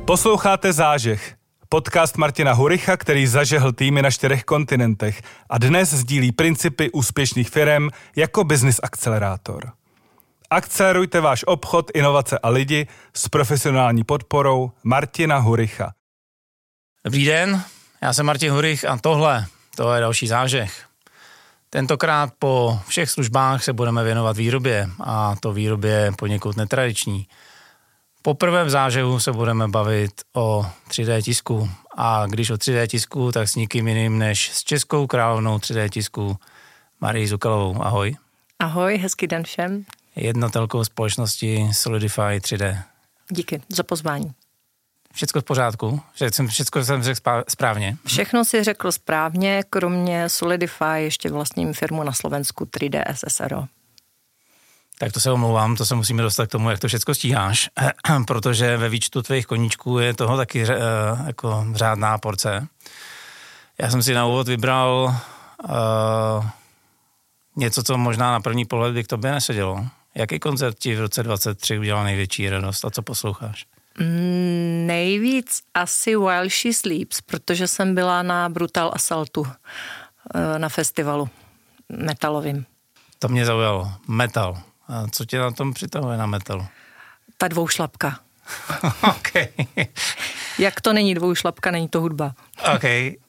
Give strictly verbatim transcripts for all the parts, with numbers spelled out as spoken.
Posloucháte Zážeh, podcast Martina Huricha, který zažehl týmy na čtyřech kontinentech a dnes sdílí principy úspěšných firem jako business akcelerátor. Akcelerujte váš obchod, inovace a lidi s profesionální podporou Martina Huricha. Dobrý den, já jsem Martin Hurich a tohle, to je další Zážeh. Tentokrát po všech službách se budeme věnovat výrobě a to výrobě poněkud netradiční. Poprvé v Zážehu se budeme bavit o tři dé tisku a když o tři dé tisku, tak s nikým jiným než s českou královnou tři dé tisku Marii Zukalovou. Ahoj. Ahoj, hezký den všem. Jednatelkou společnosti Solidify tři dé. Díky za pozvání. Všechno v pořádku? Všechno jsem řekl správně? Všechno si řekl správně, kromě Solidify ještě vlastním firmu na Slovensku tři dé S S R O. Tak to se omlouvám, to se musíme dostat k tomu, jak to všechno stíháš, protože ve výčtu tvých koníčků je toho taky jako řádná porce. Já jsem si na úvod vybral uh, něco, co možná na první pohled by k tobě nesedělo. Jaký koncert ti v roce dvacet tři udělal největší radost a co posloucháš? Mm, nejvíc asi While She Sleeps, protože jsem byla na Brutal Assaultu uh, na festivalu metalovým. To mě zaujalo. Metal. A co tě na tom přitahuje na metalu? Ta dvoušlapka. OK. Jak to není dvoušlapka, není to hudba. OK.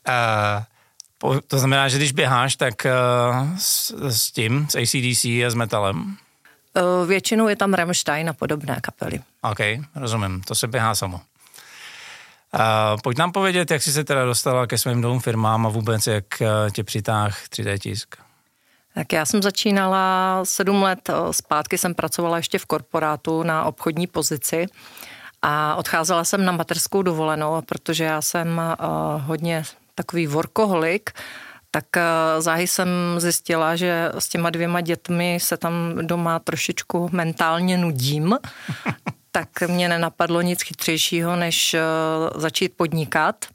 Uh, to znamená, že když běháš, tak uh, s, s tím, s A C D C a s metalem? Uh, většinou je tam Rammstein a podobné kapely. OK, rozumím. To se běhá samo. Uh, pojď nám povědět, jak jsi se teda dostala ke svým dvou firmám a vůbec jak uh, tě přitáhl tři dé tisk. Tak já jsem začínala sedm let zpátky, jsem pracovala ještě v korporátu na obchodní pozici a odcházela jsem na mateřskou dovolenou, protože já jsem uh, hodně takový workoholik, tak uh, záhy jsem zjistila, že s těma dvěma dětmi se tam doma trošičku mentálně nudím, tak mě nenapadlo nic chytřejšího, než uh, začít podnikat.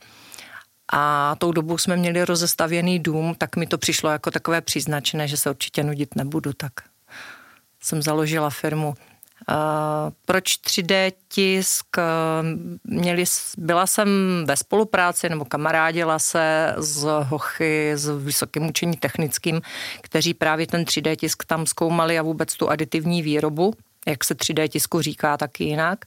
A tou dobou jsme měli rozestavěný dům, tak mi to přišlo jako takové příznačné, že se určitě nudit nebudu, tak jsem založila firmu. Uh, proč tři dé tisk? Měli, byla jsem ve spolupráci nebo kamarádila se s hochy s vysokým učení technickým, kteří právě ten tři dé tisk tam zkoumali a vůbec tu aditivní výrobu, jak se tři dé tisku říká taky jinak.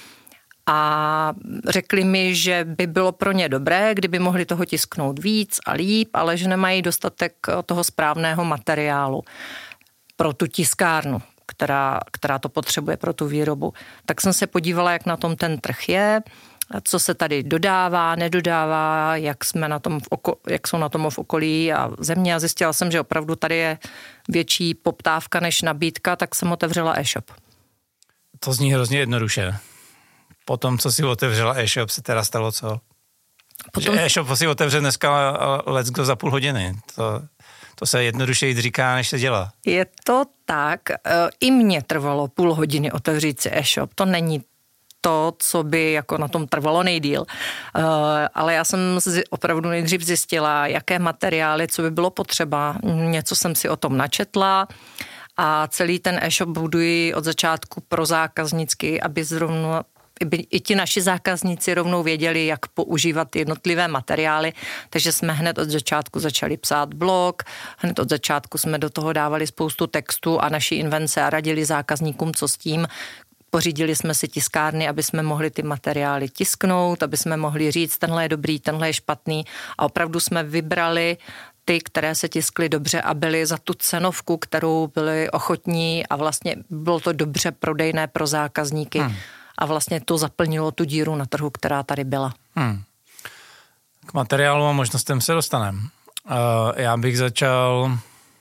A řekli mi, že by bylo pro ně dobré, kdyby mohli toho tisknout víc a líp, ale že nemají dostatek toho správného materiálu pro tu tiskárnu, která, která to potřebuje pro tu výrobu. Tak jsem se podívala, jak na tom ten trh je, co se tady dodává, nedodává, jak, jsme na tom v oko, jak jsou na tom v okolí a země a zjistila jsem, že opravdu tady je větší poptávka než nabídka, tak jsem otevřela e-shop. To zní hrozně jednoduše. Potom, co si otevřela e-shop, se teda stalo co? Potom... Že e-shop si otevře dneska let's go za půl hodiny. To, to se jednodušeji říká, než se dělá. Je to tak. I mně trvalo půl hodiny otevřít si e-shop. To není to, co by jako na tom trvalo nejdýl. Ale já jsem opravdu nejdřív zjistila, jaké materiály, co by bylo potřeba. Něco jsem si o tom načetla. A celý ten e-shop buduji od začátku pro zákaznicky, aby zrovna i ti naši zákazníci rovnou věděli, jak používat jednotlivé materiály, takže jsme hned od začátku začali psát blog, hned od začátku jsme do toho dávali spoustu textů a naši invence a radili zákazníkům, co s tím. Pořídili jsme si tiskárny, aby jsme mohli ty materiály tisknout, aby jsme mohli říct, tenhle je dobrý, tenhle je špatný a opravdu jsme vybrali ty, které se tiskly dobře a byly za tu cenovku, kterou byli ochotní a vlastně bylo to dobře prodejné pro zákazníky. Hmm. A vlastně to zaplnilo tu díru na trhu, která tady byla. Hmm. K materiálu a možnostem se dostaneme. Uh, já bych začal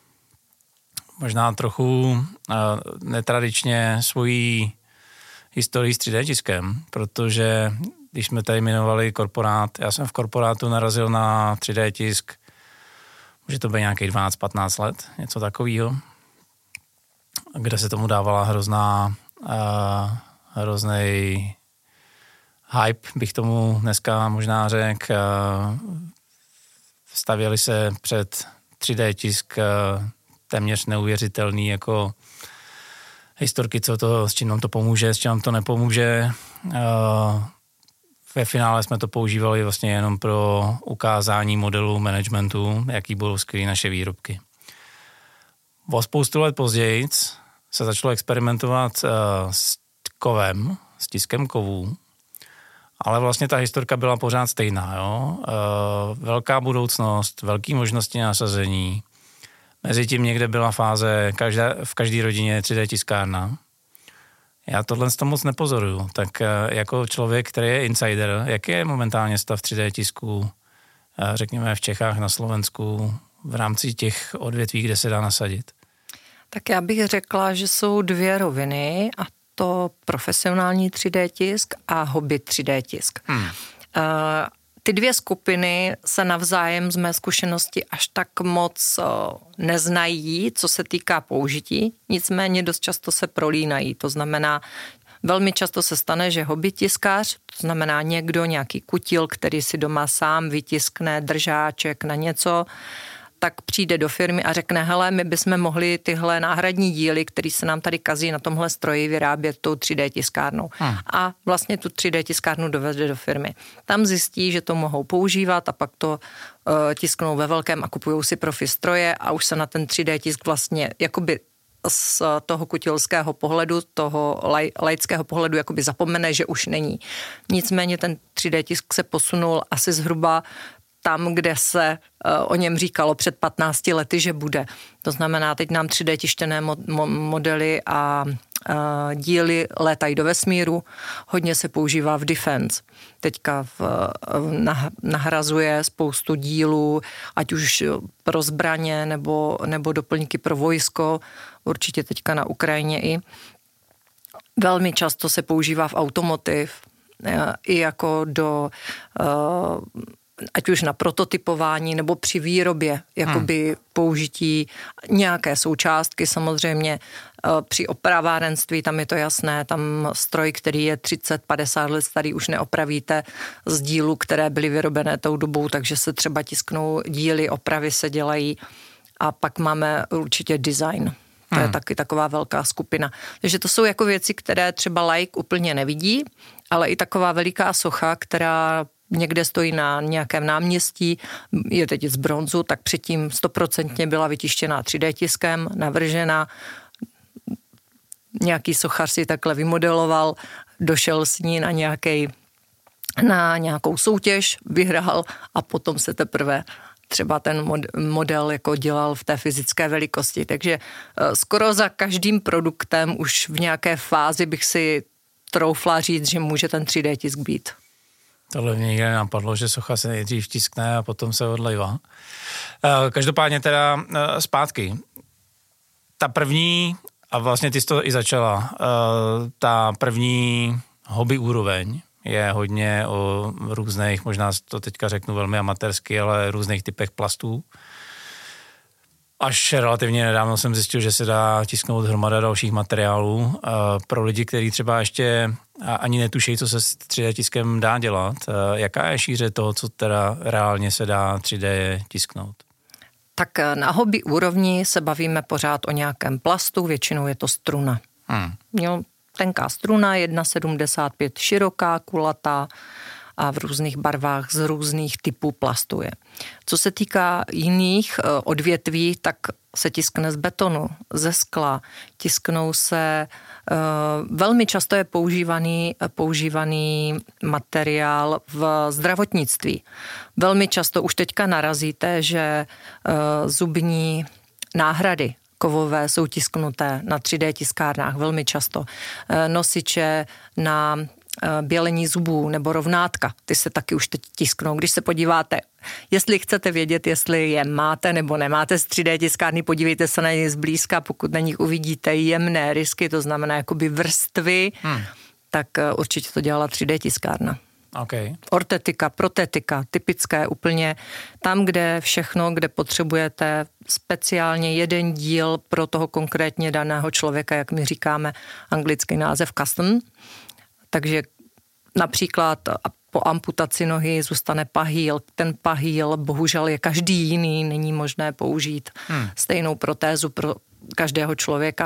možná trochu uh, netradičně svojí historii s tři dé tiskem, protože když jsme tady jmenovali korporát, já jsem v korporátu narazil na tři dé tisk, může to být nějakých dvanáct patnáct let, něco takového, kde se tomu dávala hrozná uh, hroznej hype, bych tomu dneska možná řekl. Stavěli se před tři dé tisk téměř neuvěřitelný jako historky, co to, s čím nám to pomůže, s čím nám to nepomůže. ve finále jsme to používali vlastně jenom pro ukázání modelu managementu, jaký budou skvělý naše výrobky. O spoustu let později se začalo experimentovat uh, s kovem, s tiskem kovů, ale vlastně ta historka byla pořád stejná. Jo? Uh, velká budoucnost, velké možnosti nasazení. Mezitím někde byla fáze, každá, v každé rodině je tři dé tiskárna. Já tohle to moc nepozoruju. Tak uh, jako člověk, který je insider, jaký je momentálně stav tři dé tisku, uh, řekněme v Čechách, na Slovensku, v rámci těch odvětví, kde se dá nasadit? Tak já bych řekla, že jsou dvě roviny, a to profesionální tři dé tisk a hobby tři dé tisk. Hmm. Uh, ty dvě skupiny se navzájem z mé zkušenosti až tak moc uh, neznají, co se týká použití, nicméně dost často se prolínají. To znamená, velmi často se stane, že hobby tiskář, to znamená někdo, nějaký kutil, který si doma sám vytiskne držáček na něco, tak přijde do firmy a řekne, hele, my bychom mohli tyhle náhradní díly, které se nám tady kazí na tomhle stroji, vyrábět tou tři dé tiskárnou. Hmm. A vlastně tu tři dé tiskárnu dovede do firmy. Tam zjistí, že to mohou používat a pak to uh, tisknou ve velkém a kupujou si profi stroje a už se na ten tři dé tisk vlastně jakoby z toho kutilského pohledu, toho laj, laického pohledu jakoby zapomene, že už není. Nicméně ten tři dé tisk se posunul asi zhruba tam, kde se uh, o něm říkalo před patnácti lety, že bude. To znamená, teď nám tři dé tištěné mo- mo- modely a uh, díly létají do vesmíru. Hodně se používá v defense. Teďka v, uh, nah- nahrazuje spoustu dílů, ať už pro zbraně nebo, nebo doplňky pro vojsko. Určitě teďka na Ukrajině i. Velmi často se používá v automotiv, uh, i jako do uh, ať už na prototypování nebo při výrobě, jakoby hmm. použití nějaké součástky samozřejmě. Při opravárenství, tam je to jasné, tam stroj, který je třicet padesát let starý, už neopravíte z dílů, které byly vyrobené tou dobou, takže se třeba tisknou díly, opravy se dělají a pak máme určitě design. To je hmm. taky taková velká skupina. Takže to jsou jako věci, které třeba laik úplně nevidí, ale i taková veliká socha, která někde stojí na nějakém náměstí, je teď z bronzu, tak předtím stoprocentně byla vytištěná tři dé tiskem, navržena, nějaký sochař si takhle vymodeloval, došel s ní na nějaký, na nějakou soutěž, vyhrál a potom se teprve třeba ten model jako dělal v té fyzické velikosti. Takže skoro za každým produktem už v nějaké fázi bych si troufla říct, že může ten tři dé tisk být. Tohle mě nikdy napadlo, že socha se nejdřív tiskne a potom se odlejvá. Každopádně teda zpátky. Ta první, a vlastně ty jsi to i začala, ta první hobby úroveň je hodně o různých, možná to teďka řeknu velmi amatérsky, ale různých typech plastů. Až relativně nedávno jsem zjistil, že se dá tisknout hromada dalších materiálů. Pro lidi, kteří třeba ještě ani netuší, co se s tři dé tiskem dá dělat, jaká je šíře toho, co teda reálně se dá tři dé tisknout? Tak na hobby úrovni se bavíme pořád o nějakém plastu, většinou je to struna. Hmm. Jo, tenká struna, jedna sedmdesát pět široká, kulatá a v různých barvách z různých typů plastu je. Co se týká jiných odvětví, tak se tiskne z betonu, ze skla, tisknou se, velmi často je používaný, používaný materiál v zdravotnictví. Velmi často už teďka narazíte, že zubní náhrady kovové jsou tisknuté na tři dé tiskárnách velmi často. Nosiče na bělení zubů nebo rovnátka, ty se taky už teď tisknou. Když se podíváte, jestli chcete vědět, jestli je máte nebo nemáte z tři dé tiskárny, podívejte se na ně zblízka, pokud na nich uvidíte jemné rysky, to znamená jakoby vrstvy, hmm. tak určitě to dělala tři dé tiskárna. Okay. Ortetika, protetika, typické úplně tam, kde všechno, kde potřebujete speciálně jeden díl pro toho konkrétně daného člověka, jak my říkáme anglický název custom. Takže například po amputaci nohy zůstane pahýl. Ten pahýl bohužel je každý jiný, není možné použít hmm. stejnou protézu pro každého člověka.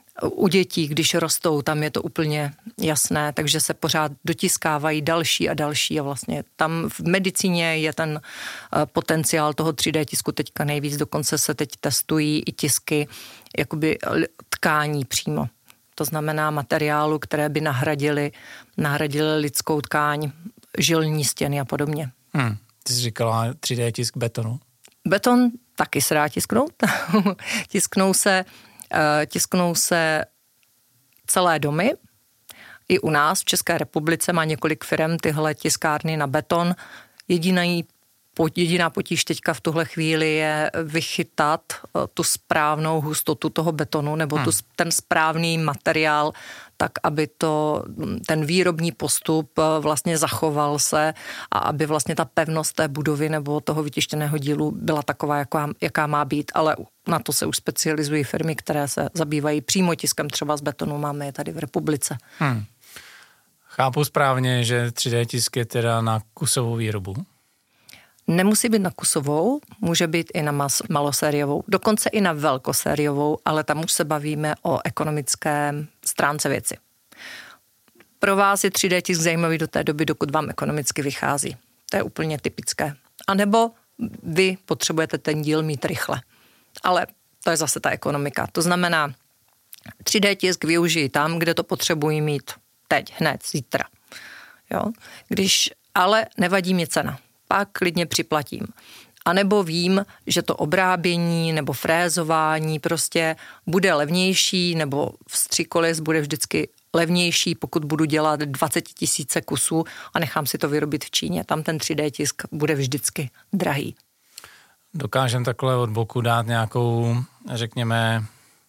U dětí, když rostou, tam je to úplně jasné, takže se pořád dotiskávají další a další a vlastně tam v medicíně je ten potenciál toho tři dé tisku teďka nejvíc, dokonce se teď testují i tisky jakoby tkání přímo. To znamená materiálu, které by nahradili, nahradili lidskou tkáň, žilní stěny a podobně. Hmm. Ty jsi říkala tři dé tisk betonu. Beton taky se dá tisknout. Tisknou se Tisknou se celé domy. I u nás v České republice má několik firem tyhle tiskárny na beton. Jediný, jediná potíž teďka v tuhle chvíli je vychytat tu správnou hustotu toho betonu nebo hmm. tu, ten správný materiál, tak aby to, ten výrobní postup vlastně zachoval se a aby vlastně ta pevnost té budovy nebo toho vytištěného dílu byla taková, jaká, jaká má být, ale na to se už specializují firmy, které se zabývají přímo tiskem třeba z betonu, máme je tady v republice. Hmm. Chápu správně, že tři dé tisk je teda na kusovou výrobu? Nemusí být na kusovou, může být i na mas, malosériovou, dokonce i na velkosériovou, ale tam už se bavíme o ekonomické stránce věci. Pro vás je tři dé tisk zajímavý do té doby, dokud vám ekonomicky vychází. To je úplně typické. A nebo vy potřebujete ten díl mít rychle. Ale to je zase ta ekonomika. To znamená, tři dé tisk využijí tam, kde to potřebují mít teď, hned, zítra. Jo? Když, ale nevadí mě cena. Pak klidně připlatím. A nebo vím, že to obrábění nebo frézování prostě bude levnější, nebo vstřikolis bude vždycky levnější, pokud budu dělat dvacet tisíce kusů a nechám si to vyrobit v Číně. Tam ten tři dé tisk bude vždycky drahý. Dokážeme takhle od boku dát nějakou, řekněme,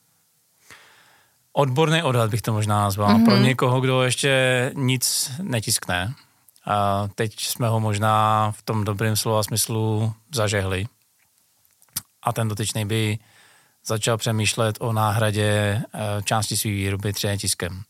odborný odhad bych to možná nazval. Mm-hmm. Pro někoho, kdo ještě nic netiskne. A teď jsme ho možná v tom dobrém slova smyslu zažehli. A ten dotyčný by začal přemýšlet o náhradě části své výroby tři dé tiskem.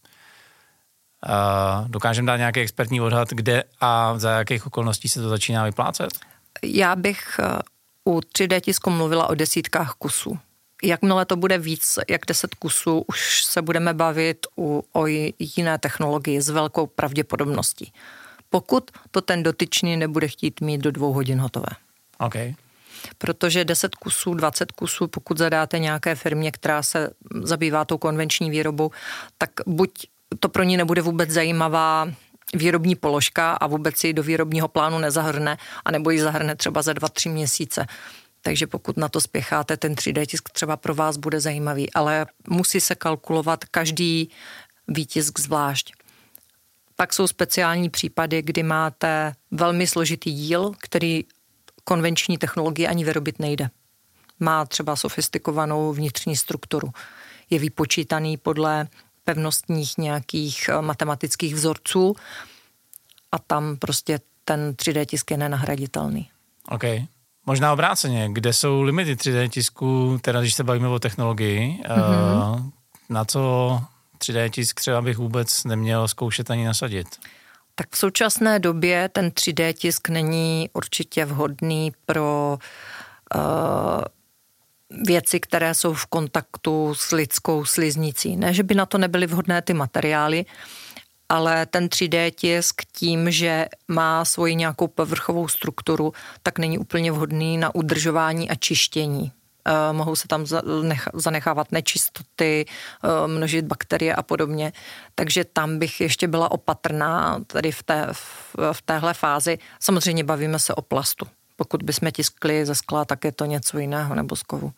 Dokážeme dát nějaký expertní odhad, kde a za jakých okolností se to začíná vyplácet? Já bych u tři dé tisku mluvila o desítkách kusů. Jakmile to bude víc jak deset kusů, už se budeme bavit u, o jiné technologii s velkou pravděpodobností. Pokud to ten dotyčný nebude chtít mít do dvou hodin hotové. Okay. Protože deset kusů, dvacet kusů, pokud zadáte nějaké firmě, která se zabývá tou konvenční výrobou, tak buď to pro ní nebude vůbec zajímavá výrobní položka a vůbec si ji do výrobního plánu nezahrne, anebo ji zahrne třeba za dva, tři měsíce. Takže pokud na to spěcháte, ten tři dé tisk třeba pro vás bude zajímavý, ale musí se kalkulovat každý výtisk zvlášť. Pak jsou speciální případy, kdy máte velmi složitý díl, který konvenční technologie ani vyrobit nejde. Má třeba sofistikovanou vnitřní strukturu. Je vypočítaný podle pevnostních nějakých matematických vzorců a tam prostě ten tři dé tisk je nenahraditelný. OK. Možná obráceně, kde jsou limity tři dé tisku, teda když se bavíme o technologii, mm-hmm. na co tři dé tisk třeba bych vůbec neměl zkoušet ani nasadit? Tak v současné době ten tři dé tisk není určitě vhodný pro uh, věci, které jsou v kontaktu s lidskou sliznicí. Ne, že by na to nebyly vhodné ty materiály, ale ten tři dé tisk tím, že má svoji nějakou povrchovou strukturu, tak není úplně vhodný na udržování a čištění. Uh, mohou se tam zanechávat nečistoty, uh, množit bakterie a podobně. Takže tam bych ještě byla opatrná tady v, té, v, v téhle fázi. Samozřejmě bavíme se o plastu. Pokud bychom tiskli ze skla, tak je to něco jiného nebo z kovu.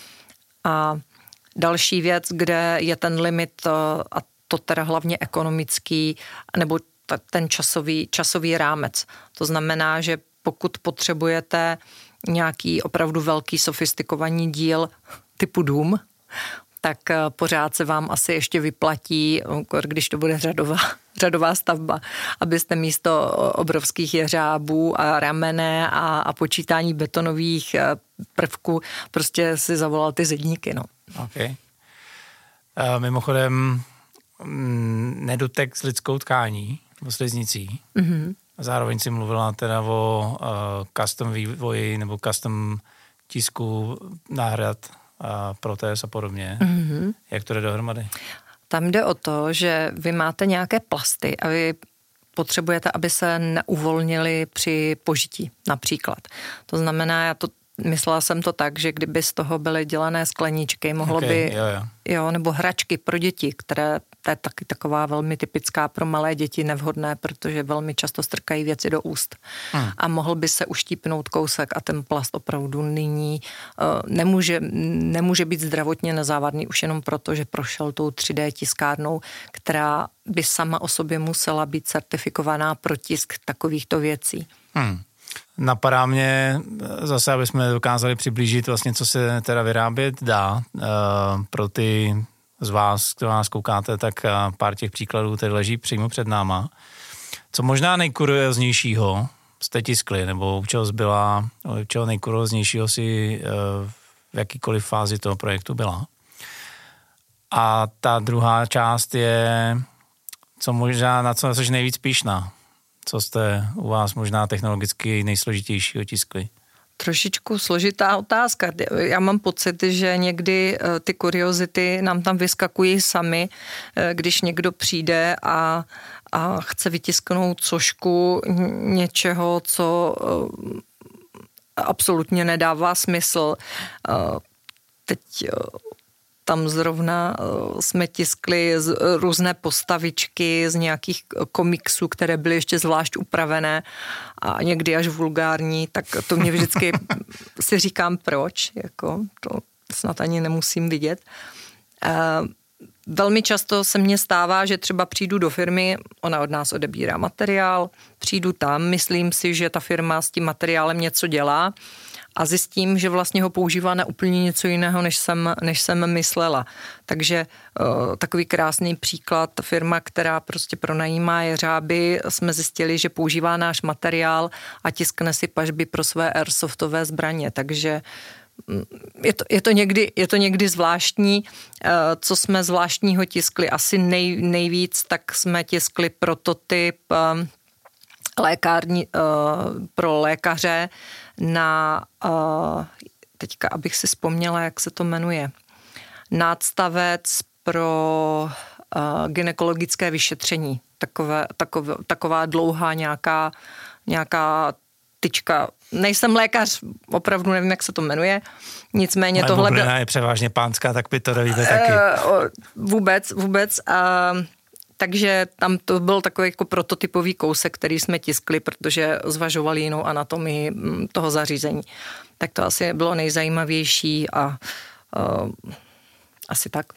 A další věc, kde je ten limit, uh, a to teda hlavně ekonomický, nebo t- ten časový, časový rámec. To znamená, že pokud potřebujete nějaký opravdu velký sofistikovaný díl typu dům, tak pořád se vám asi ještě vyplatí, když to bude řadová, řadová stavba, abyste místo obrovských jeřábů a ramene a, a počítání betonových prvků prostě si zavolal ty zedníky. No. Okay. Uh, mimochodem nedotek s lidskou tkání, nebo sliznicí. Mm-hmm. Zároveň si mluvila teda o uh, custom vývoji nebo custom tisku náhrad a protéz a podobně. Mm-hmm. Jak to jde dohromady? Tam jde o to, že vy máte nějaké plasty a vy potřebujete, aby se neuvolnily při požití například. To znamená, já to myslela jsem to tak, že kdyby z toho byly dělané skleničky, mohlo okay, by, jo, jo. jo, nebo hračky pro děti, které, to je taky taková velmi typická pro malé děti, nevhodné, protože velmi často strkají věci do úst. Hmm. A mohl by se uštípnout kousek a ten plast opravdu nyní uh, nemůže, nemůže být zdravotně nezávadný už jenom proto, že prošel tou tři dé tiskárnou, která by sama o sobě musela být certifikovaná pro tisk takovýchto věcí. Hmm. Napadá mě zase, aby jsme dokázali přiblížit vlastně, co se teda vyrábět dá. E, pro ty z vás, kdo nás koukáte, tak pár těch příkladů tady leží přímo před náma. Co možná nejkurioznějšího jste tiskli, nebo u čeho zbyla, u čeho nejkurioznějšího si e, v jakýkoliv fázi toho projektu byla. A ta druhá část je, co možná, na co jsi nejvíc pyšná. Co jste u vás možná technologicky nejsložitějšího tiskli? Trošičku složitá otázka. Já mám pocit, že někdy ty kuriozity nám tam vyskakují sami, když někdo přijde a, a chce vytisknout sošku něčeho, co absolutně nedává smysl. Teď tam zrovna jsme tiskli z různé postavičky z nějakých komiksů, které byly ještě zvlášť upravené a někdy až vulgární, tak to mě vždycky si říkám proč, jako to snad ani nemusím vidět. Velmi často se mně stává, že třeba přijdu do firmy, ona od nás odebírá materiál, přijdu tam, myslím si, že ta firma s tím materiálem něco dělá, a zjistím, že vlastně ho používá na úplně něco jiného, než jsem, než jsem myslela. Takže uh, takový krásný příklad, firma, která prostě pronajímá jeřáby, jsme zjistili, že používá náš materiál a tiskne si pažby pro své airsoftové zbraně. Takže je to, je to, někdy, je to někdy zvláštní, uh, co jsme zvláštního tiskli. Asi nej, nejvíc tak jsme tiskli prototyp uh, lékární, uh, pro lékaře na, uh, teďka abych si vzpomněla, jak se to jmenuje, nástavec pro uh, gynekologické vyšetření. Takové, takové, taková dlouhá nějaká, nějaká tyčka. Nejsem lékař, opravdu nevím, jak se to jmenuje. Nicméně ale tohle... bublina je převážně pánská, tak by to nevíte taky. Uh, vůbec, vůbec. Uh, Takže tam to byl takový jako prototypový kousek, který jsme tiskli, protože zvažovali jinou anatomii toho zařízení. Tak to asi bylo nejzajímavější a uh, asi tak.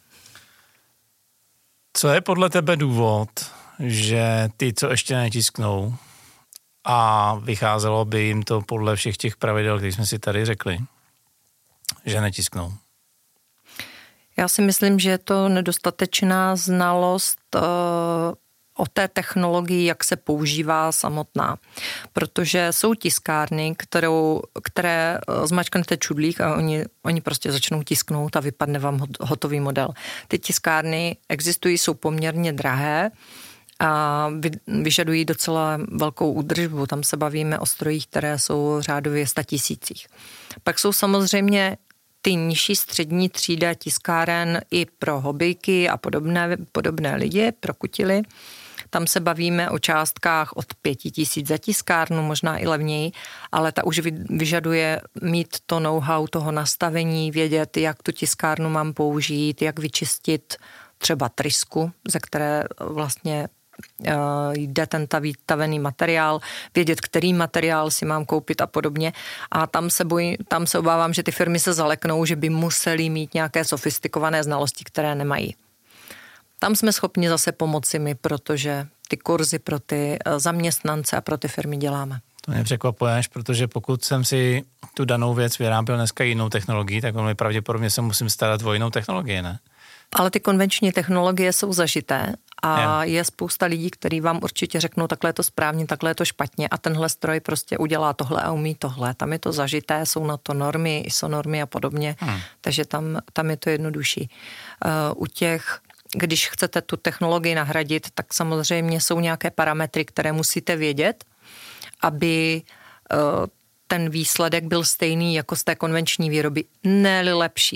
Co je podle tebe důvod, že ty, co ještě netisknou a vycházelo by jim to podle všech těch pravidel, které jsme si tady řekli, že netisknou? Já si myslím, že je to nedostatečná znalost uh, o té technologii, jak se používá samotná. Protože jsou tiskárny, kterou, které zmačknete čudlík a oni, oni prostě začnou tisknout a vypadne vám hotový model. Ty tiskárny existují, jsou poměrně drahé a vyžadují docela velkou údržbu. Tam se bavíme o strojích, které jsou řádově sta tisících. Pak jsou samozřejmě ty nižší střední třída tiskáren i pro hobbyjky a podobné, podobné lidi, pro kutily. Tam se bavíme o částkách od pěti tisíc za tiskárnu, možná i levněji, ale ta už vyžaduje mít to know-how toho nastavení, vědět, jak tu tiskárnu mám použít, jak vyčistit třeba trysku, ze které vlastně jde ten tavený materiál, vědět, který materiál si mám koupit a podobně. A tam se bojím, tam se obávám, že ty firmy se zaleknou, že by museli mít nějaké sofistikované znalosti, které nemají. Tam jsme schopni zase pomoci my, protože ty kurzy pro ty zaměstnance a pro ty firmy děláme. To mě překvapuješ, protože pokud jsem si tu danou věc vyráběl dneska jinou technologií, tak velmi pravděpodobně se musím starat o jinou technologii, ne? Ale ty konvenční technologie jsou zažité a je spousta lidí, kteří vám určitě řeknou, takhle je to správně, takhle je to špatně a tenhle stroj prostě udělá tohle a umí tohle. Tam je to zažité, jsou na to normy, I S O normy a podobně, hmm. takže tam, tam je to jednodušší. Uh, u těch, když chcete tu technologii nahradit, tak samozřejmě jsou nějaké parametry, které musíte vědět, aby uh, ten výsledek byl stejný jako z té konvenční výroby, ne-li lepší.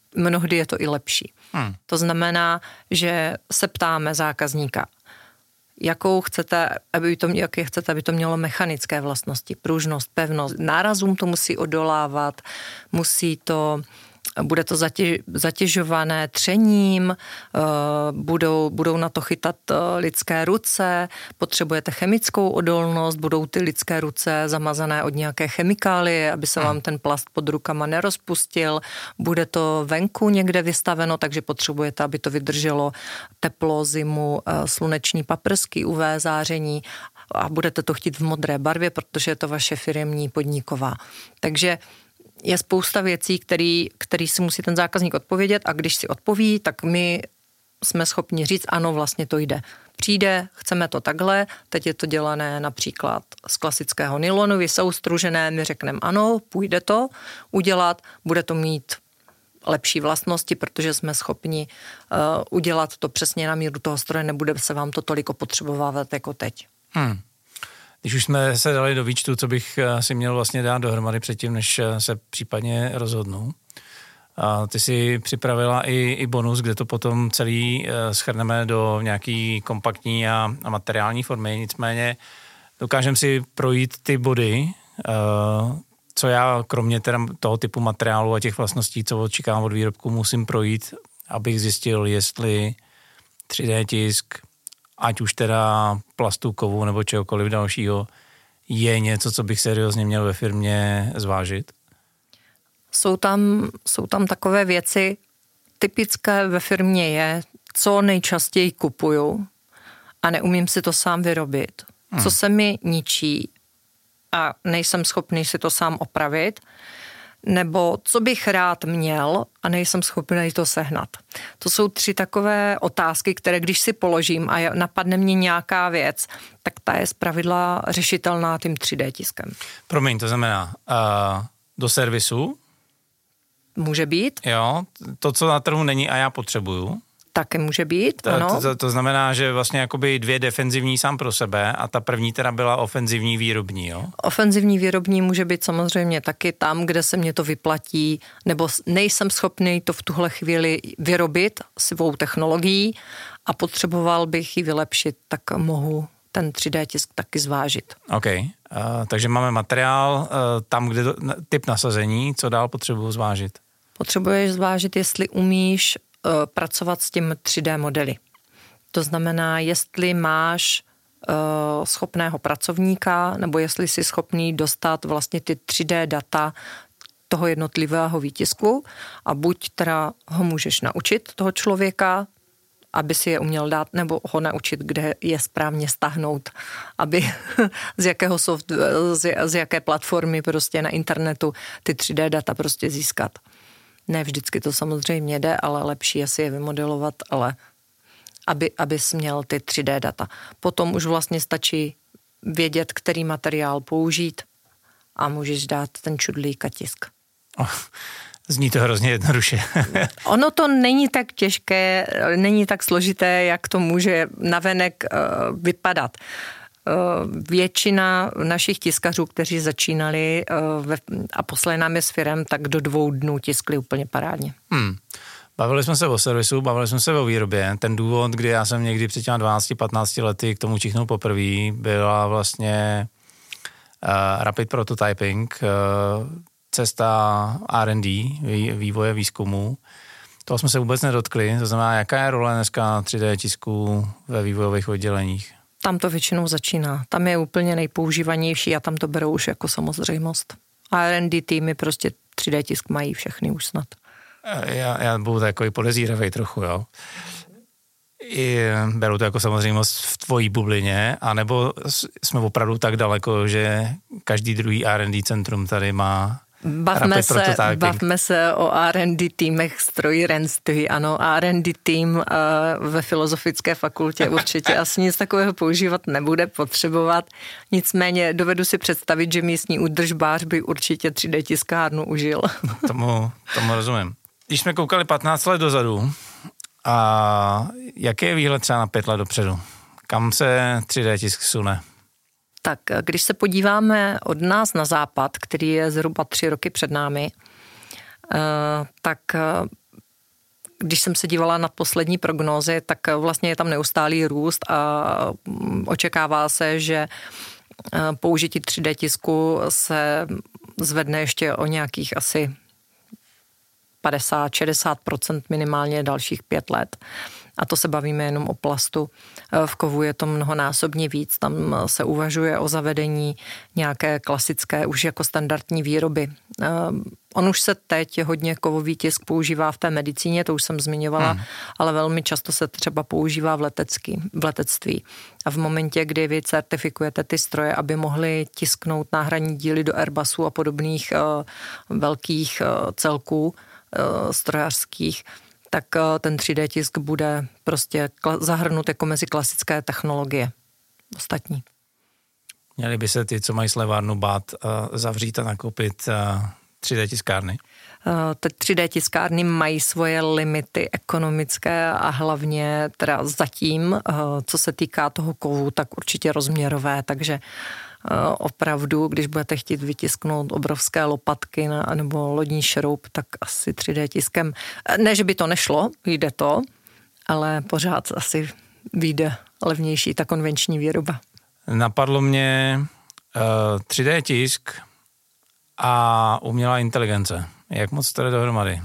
mnohdy je to i lepší. Hmm. To znamená, že se ptáme zákazníka, jakou chcete, aby to, jaké chcete, aby to mělo mechanické vlastnosti, pružnost, pevnost. Nárazům to musí odolávat, musí to, bude to zatěž, zatěžované třením, budou, budou na to chytat lidské ruce, potřebujete chemickou odolnost, budou ty lidské ruce zamazané od nějaké chemikálie, aby se vám ten plast pod rukama nerozpustil, bude to venku někde vystaveno, takže potřebujete, aby to vydrželo teplo, zimu, sluneční paprsky, U V záření a budete to chtít v modré barvě, protože je to vaše firemní podniková. Takže je spousta věcí, který, který si musí ten zákazník odpovědět a když si odpoví, tak my jsme schopni říct, ano, vlastně to jde. Přijde, chceme to takhle, teď je to dělané například z klasického nylonu, vy jsou stružené, my řekneme ano, půjde to udělat, bude to mít lepší vlastnosti, protože jsme schopni uh, udělat to přesně na míru toho stroje, nebude se vám to tolik opotřebovávat jako teď. Hmm. Když už jsme se dali do výčtu, co bych si měl vlastně dát dohromady předtím, než se případně rozhodnu. A ty si připravila i, i bonus, kde to potom celý shrneme do nějaký kompaktní a, a materiální formy. Nicméně dokážeme si projít ty body, co já kromě teda toho typu materiálu a těch vlastností, co očekávám od výrobku, musím projít, abych zjistil, jestli tři dé tisk, ať už teda plastu, kovu nebo čehokoliv dalšího, je něco, co bych seriózně měl ve firmě zvážit? Jsou tam, jsou tam takové věci, typické ve firmě je, co nejčastěji kupuju a neumím si to sám vyrobit. Hmm. Co se mi ničí a nejsem schopný si to sám opravit, nebo co bych rád měl a nejsem schopný to sehnat. To jsou tři takové otázky, které když si položím a napadne mě nějaká věc, tak ta je zpravidla řešitelná tím tři dé tiskem. Promiň, to znamená uh, do servisu? Může být. Jo, to, co na trhu není a já potřebuju. Taky může být, to, ano. To, to znamená, že vlastně jakoby dvě defenzivní sám pro sebe a ta první teda byla ofenzivní výrobní, jo? Ofenzivní výrobní může být samozřejmě taky tam, kde se mě to vyplatí, nebo nejsem schopný to v tuhle chvíli vyrobit svou technologií a potřeboval bych ji vylepšit, tak mohu ten tři dé tisk taky zvážit. OK, uh, takže máme materiál, uh, tam, kde to, typ nasazení, co dál potřebuji zvážit? Potřebuješ zvážit, jestli umíš pracovat s tím tři dé modely. To znamená, jestli máš uh, schopného pracovníka, nebo jestli jsi schopný dostat vlastně ty tři dé data toho jednotlivého výtisku a buď teda ho můžeš naučit, toho člověka, aby si je uměl dát, nebo ho naučit, kde je správně stáhnout, aby z jakého soft, z, z jaké platformy prostě na internetu ty tři dé data prostě získat. Ne vždycky to samozřejmě jde, ale lepší je si je vymodelovat, ale aby, abys měl ty tři dé data. Potom už vlastně stačí vědět, který materiál použít a můžeš dát ten čudlík a tisk. Oh, zní to hrozně jednoduše. Ono to není tak těžké, není tak složité, jak to může navenek uh, vypadat. Většina našich tiskařů, kteří začínali ve, a poslali nám je s firem, tak do dvou dnů tiskli úplně parádně. Hmm. Bavili jsme se o servisu, bavili jsme se o výrobě. Ten důvod, kdy já jsem někdy před těmi dvanácti patnácti lety k tomu čichnul poprvé, byla vlastně uh, rapid prototyping, uh, cesta R and D, vývoje výzkumu. Toho jsme se vůbec nedotkli, to znamená, jaká je role dneska tři dé tisku ve vývojových odděleních? Tam to většinou začíná. Tam je úplně nejpoužívanější a tam to berou už jako samozřejmost. A R and D týmy prostě tři dé tisk mají všechny už snad. Já, já budu takový podezíravej trochu, jo. I beru to jako samozřejmost v tvojí bublině, anebo jsme opravdu tak daleko, že každý druhý R and D centrum tady má Bavme se, bavme se o R and D týmech strojírenství, ano, R and D tým uh, ve Filozofické fakultě určitě asi nic takového používat nebude potřebovat, nicméně dovedu si představit, že místní údržbář by určitě tři dé tiskárnu užil. Tomu, tomu rozumím. Když jsme koukali patnáct let dozadu, a jaký je výhled třeba na pět let dopředu? Kam se tři dé tisk sune? Tak když se podíváme od nás na západ, který je zhruba tři roky před námi, tak když jsem se dívala na poslední prognózy, tak vlastně je tam neustálý růst a očekává se, že použití tři dé tisku se zvedne ještě o nějakých asi padesát až šedesát procent minimálně dalších pět let. A to se bavíme jenom o plastu. V kovu je to mnohonásobně víc. Tam se uvažuje o zavedení nějaké klasické, už jako standardní výroby. On už se teď hodně kovový tisk používá v té medicíně, to už jsem zmiňovala, hmm. ale velmi často se třeba používá v, letecký, v letectví. A v momentě, kdy vy certifikujete ty stroje, aby mohly tisknout náhradní díly do Airbusu a podobných uh, velkých uh, celků uh, strojařských, tak ten tři dé tisk bude prostě zahrnut jako mezi klasické technologie. Ostatní. Měli by se ty, co mají slevárnu, bát zavřít a nakoupit tři dé tiskárny? Ty tři dé tiskárny mají svoje limity ekonomické a hlavně teda zatím, co se týká toho kovu, tak určitě rozměrové, takže opravdu, když budete chtít vytisknout obrovské lopatky nebo lodní šroub, tak asi tři dé tiskem. Ne, že by to nešlo, jde to, ale pořád asi vyjde levnější ta konvenční výroba. Napadlo mě uh, tři dé tisk a umělá inteligence. Jak moc to jde dohromady?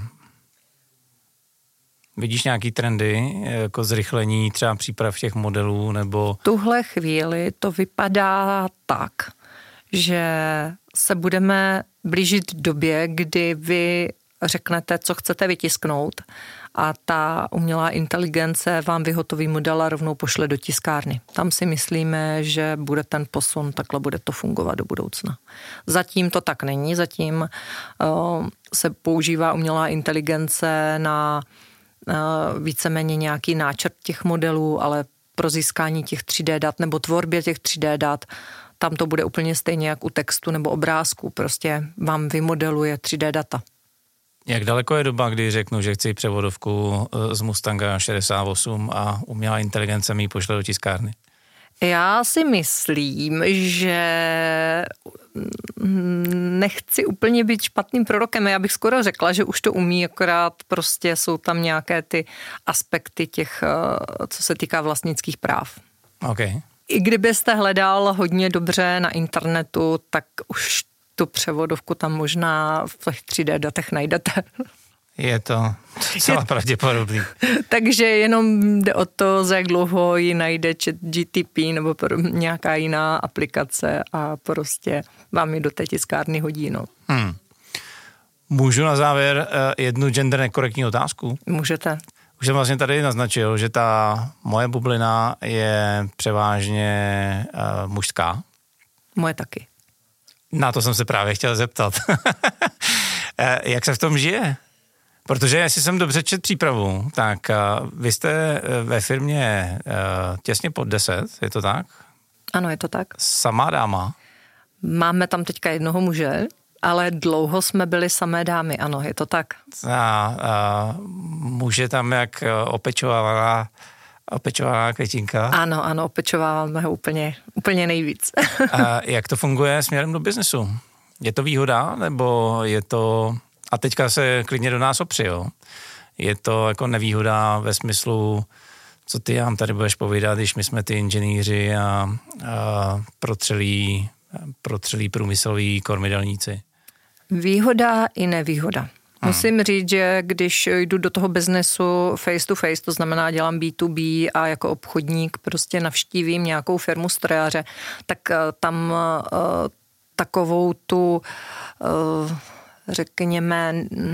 Vidíš nějaký trendy, jako zrychlení třeba příprav těch modelů, nebo... V tuhle chvíli to vypadá tak, že se budeme blížit době, kdy vy řeknete, co chcete vytisknout a ta umělá inteligence vám vyhotoví model a rovnou pošle do tiskárny. Tam si myslíme, že bude ten posun, takhle bude to fungovat do budoucna. Zatím to tak není, zatím uh, se používá umělá inteligence na víceméně nějaký náčrt těch modelů, ale pro získání těch tři dé dat nebo tvorbě těch tři dé dat, tam to bude úplně stejně jak u textu nebo obrázku, prostě vám vymodeluje tři dé data. Jak daleko je doba, kdy řeknu, že chci převodovku z Mustanga šedesát osm a umělá inteligence mi ji pošle do tiskárny? Já si myslím, že nechci úplně být špatným prorokem. Já bych skoro řekla, že už to umí, akorát prostě jsou tam nějaké ty aspekty těch, co se týká vlastnických práv. Okay. I kdybyste hledal hodně dobře na internetu, tak už tu převodovku tam možná v těch tři dé datech najdete. Je to celá pravděpodobný. Takže jenom jde o to, za jak dlouho ji najde G T P nebo nějaká jiná aplikace a prostě vám ji do té tiskárny hodí. No. Hmm. Můžu na závěr jednu gender nekorektní otázku? Můžete. Už jsem vlastně tady naznačil, že ta moje bublina je převážně uh, mužská. Moje taky. Na to jsem se právě chtěl zeptat. Jak se v tom žije? Protože jestli jsem dobře četl přípravu, tak uh, vy jste ve firmě uh, těsně pod deset, je to tak? Ano, je to tak. Samá dáma? Máme tam teďka jednoho muže, ale dlouho jsme byli samé dámy, ano, je to tak. A, a muže tam jak opečovávaná, opečovávaná květinka? Ano, ano, opečováváme ho úplně, úplně nejvíc. A jak to funguje směrem do biznesu? Je to výhoda, nebo je to... A teďka se klidně do nás opři, jo. Je to jako nevýhoda ve smyslu, co ty nám tady budeš povídat, když my jsme ty inženýři a, a protřelí, protřelí průmysloví kormidelníci. Výhoda i nevýhoda. Hmm. Musím říct, že když jdu do toho biznesu face to face, to znamená dělám bé dvě bé a jako obchodník prostě navštívím nějakou firmu strojaře, tak tam uh, takovou tu uh, řekněme,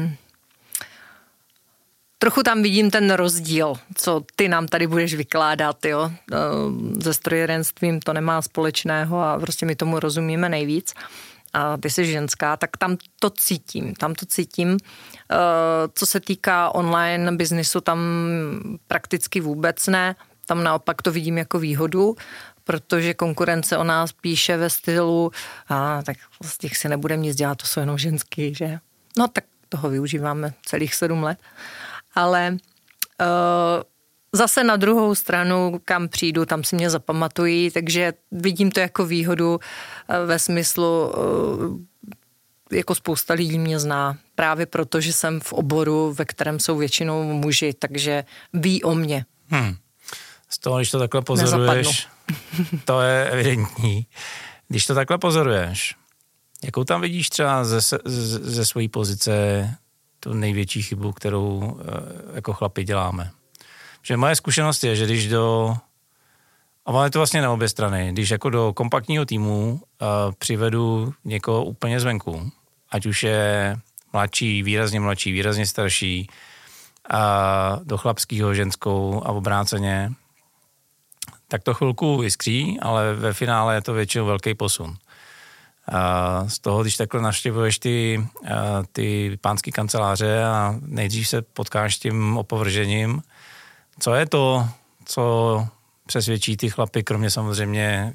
trochu tam vidím ten rozdíl, co ty nám tady budeš vykládat, jo. Se strojírenstvím to nemá společného a prostě my tomu rozumíme nejvíc. A ty jsi ženská, tak tam to cítím, tam to cítím. Co se týká online biznisu, tam prakticky vůbec ne, tam naopak to vidím jako výhodu, protože konkurence o nás píše ve stylu, a tak z těch si nebudeme nic dělat, to jsou jenom ženský, že? No tak toho využíváme celých sedm let. Ale uh, zase na druhou stranu, kam přijdu, tam si mě zapamatují, takže vidím to jako výhodu uh, ve smyslu, uh, jako spousta lidí mě zná. Právě proto, že jsem v oboru, ve kterém jsou většinou muži, takže ví o mě. Hmm. Z toho, když to takhle pozoruješ, to je evidentní. Když to takhle pozoruješ, jakou tam vidíš třeba ze, ze, ze své pozice tu největší chybu, kterou jako chlapi děláme? Že moje zkušenost je, že když do, a ono je to vlastně na obě strany, když jako do kompaktního týmu uh, přivedu někoho úplně zvenku, ať už je mladší, výrazně mladší, výrazně starší, a do chlapského, ženskou a obráceně, tak to chvilku jiskří, ale ve finále je to většinou velký posun. A z toho, když takhle navštěvuješ ty, ty pánský kanceláře a nejdřív se potkáš s tím opovržením, co je to, co přesvědčí ty chlapy, kromě samozřejmě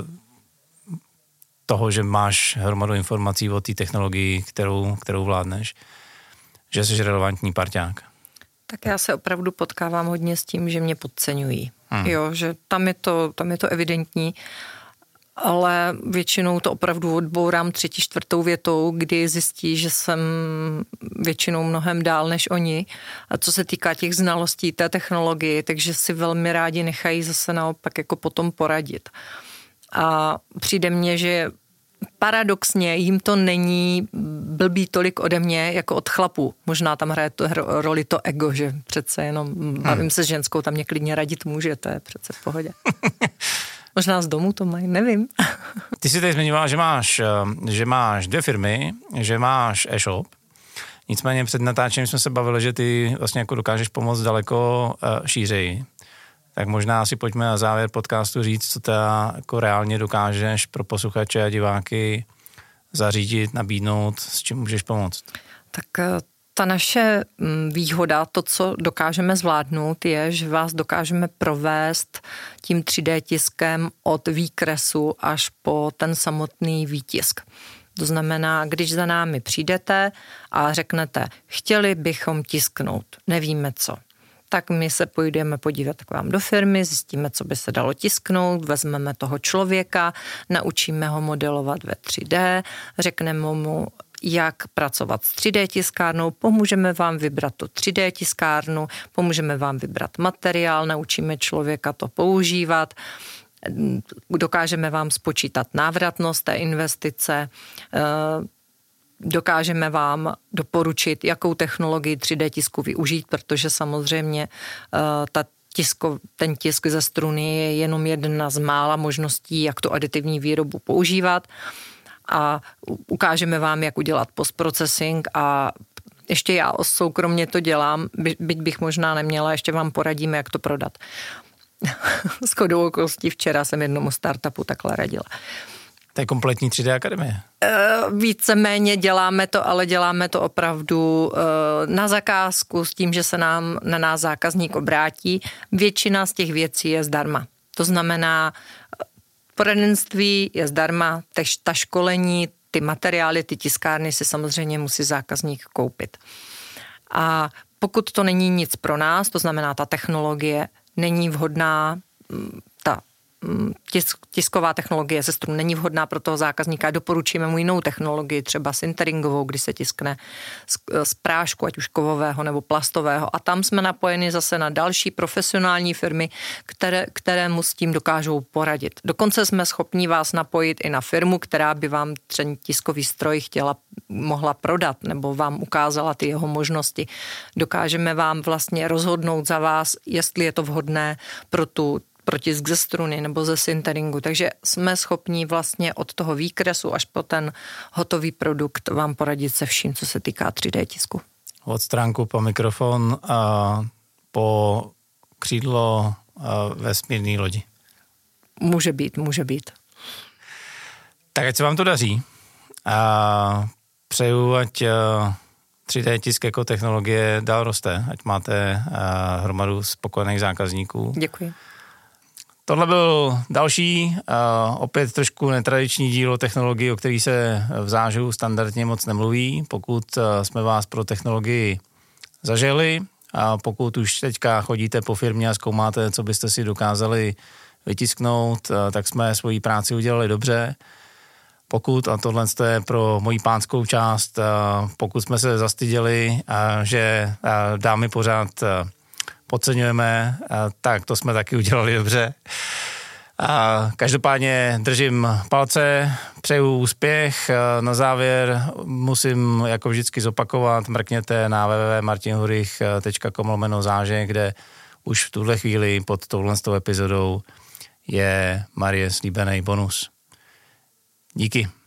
toho, že máš hromadu informací o té technologii, kterou, kterou vládneš, že jsi relevantní parťák? Tak já se opravdu potkávám hodně s tím, že mě podceňují. Hmm. Jo, že tam je to, tam je to evidentní, ale většinou to opravdu odbourám třetí, čtvrtou větou, kdy zjistí, že jsem většinou mnohem dál než oni. A co se týká těch znalostí té technologie, takže si velmi rádi nechají zase naopak jako potom poradit. A přijde mně, že paradoxně jim to není blbý tolik ode mě jako od chlapů. Možná tam hraje to roli to ego, že přece jenom bavím hmm. se s ženskou, tam mě klidně radit může, to je přece v pohodě. Možná z domu to mají, nevím. Ty jsi tady zmiňovala, že máš, že máš dvě firmy, že máš e-shop. Nicméně před natáčením jsme se bavili, že ty vlastně jako dokážeš pomoct daleko šířeji. Tak možná si pojďme na závěr podcastu říct, co teda jako reálně dokážeš pro posluchače a diváky zařídit, nabídnout, s čím můžeš pomoct. Tak ta naše výhoda, to, co dokážeme zvládnout, je, že vás dokážeme provést tím tři dé tiskem od výkresu až po ten samotný výtisk. To znamená, když za námi přijdete a řeknete, chtěli bychom tisknout, nevíme co, tak my se půjdeme podívat k vám do firmy, zjistíme, co by se dalo tisknout, vezmeme toho člověka, naučíme ho modelovat ve tři dé, řekneme mu, jak pracovat s tři dé tiskárnou, pomůžeme vám vybrat tu tři dé tiskárnu, pomůžeme vám vybrat materiál, naučíme člověka to používat, dokážeme vám spočítat návratnost té investice, dokážeme vám doporučit, jakou technologii tři dé tisku využít, protože samozřejmě ta tisko, ten tisk ze struny je jenom jedna z mála možností, jak tu aditivní výrobu používat, a ukážeme vám, jak udělat postprocessing a ještě já soukromně to dělám, byť bych možná neměla, ještě vám poradíme, jak to prodat. Shodou okolností včera jsem jednomu startupu takhle radila. To je kompletní tři dé akademie. Víceméně děláme to, ale děláme to opravdu na zakázku s tím, že se nám na nás zákazník obrátí. Většina z těch věcí je zdarma. To znamená, poradenství je zdarma, tež ta školení, ty materiály, ty tiskárny si samozřejmě musí zákazník koupit. A pokud to není nic pro nás, to znamená, ta technologie není vhodná, ta tisk, tisková technologie ze strun není vhodná pro toho zákazníka, doporučíme mu jinou technologii, třeba sinteringovou, kdy se tiskne z, z prášku, ať už kovového nebo plastového. A tam jsme napojeni zase na další profesionální firmy, které, které mu s tím dokážou poradit. Dokonce jsme schopni vás napojit i na firmu, která by vám ten tiskový stroj chtěla, mohla prodat nebo vám ukázala ty jeho možnosti. Dokážeme vám vlastně rozhodnout za vás, jestli je to vhodné pro tu pro tisk ze struny nebo ze sinteringu. Takže jsme schopni vlastně od toho výkresu až po ten hotový produkt vám poradit se vším, co se týká tři dé tisku. Od stránku po mikrofon a po křídlo vesmírné lodi. Může být, může být. Tak ať se vám to daří. A přeju, ať tři dé tisk jako technologie dál roste, ať máte hromadu spokojených zákazníků. Děkuji. Tohle byl další, uh, opět trošku netradiční díl o technologii, o který se v zážu standardně moc nemluví. Pokud uh, jsme vás pro technologii zažili a pokud už teďka chodíte po firmě a zkoumáte, co byste si dokázali vytisknout, uh, tak jsme svoji práci udělali dobře. pokud, a tohle je pro moji pánskou část, pokud jsme se zastyděli, že dámy pořád podceňujeme, tak to jsme taky udělali dobře. A každopádně držím palce, přeju úspěch. Na závěr musím jako vždycky zopakovat, mrkněte na w w w tečka martin hurich tečka com lomeno zážeh, kde už v tuhle chvíli pod touhle epizodou je Marie slíbený bonus. Díky.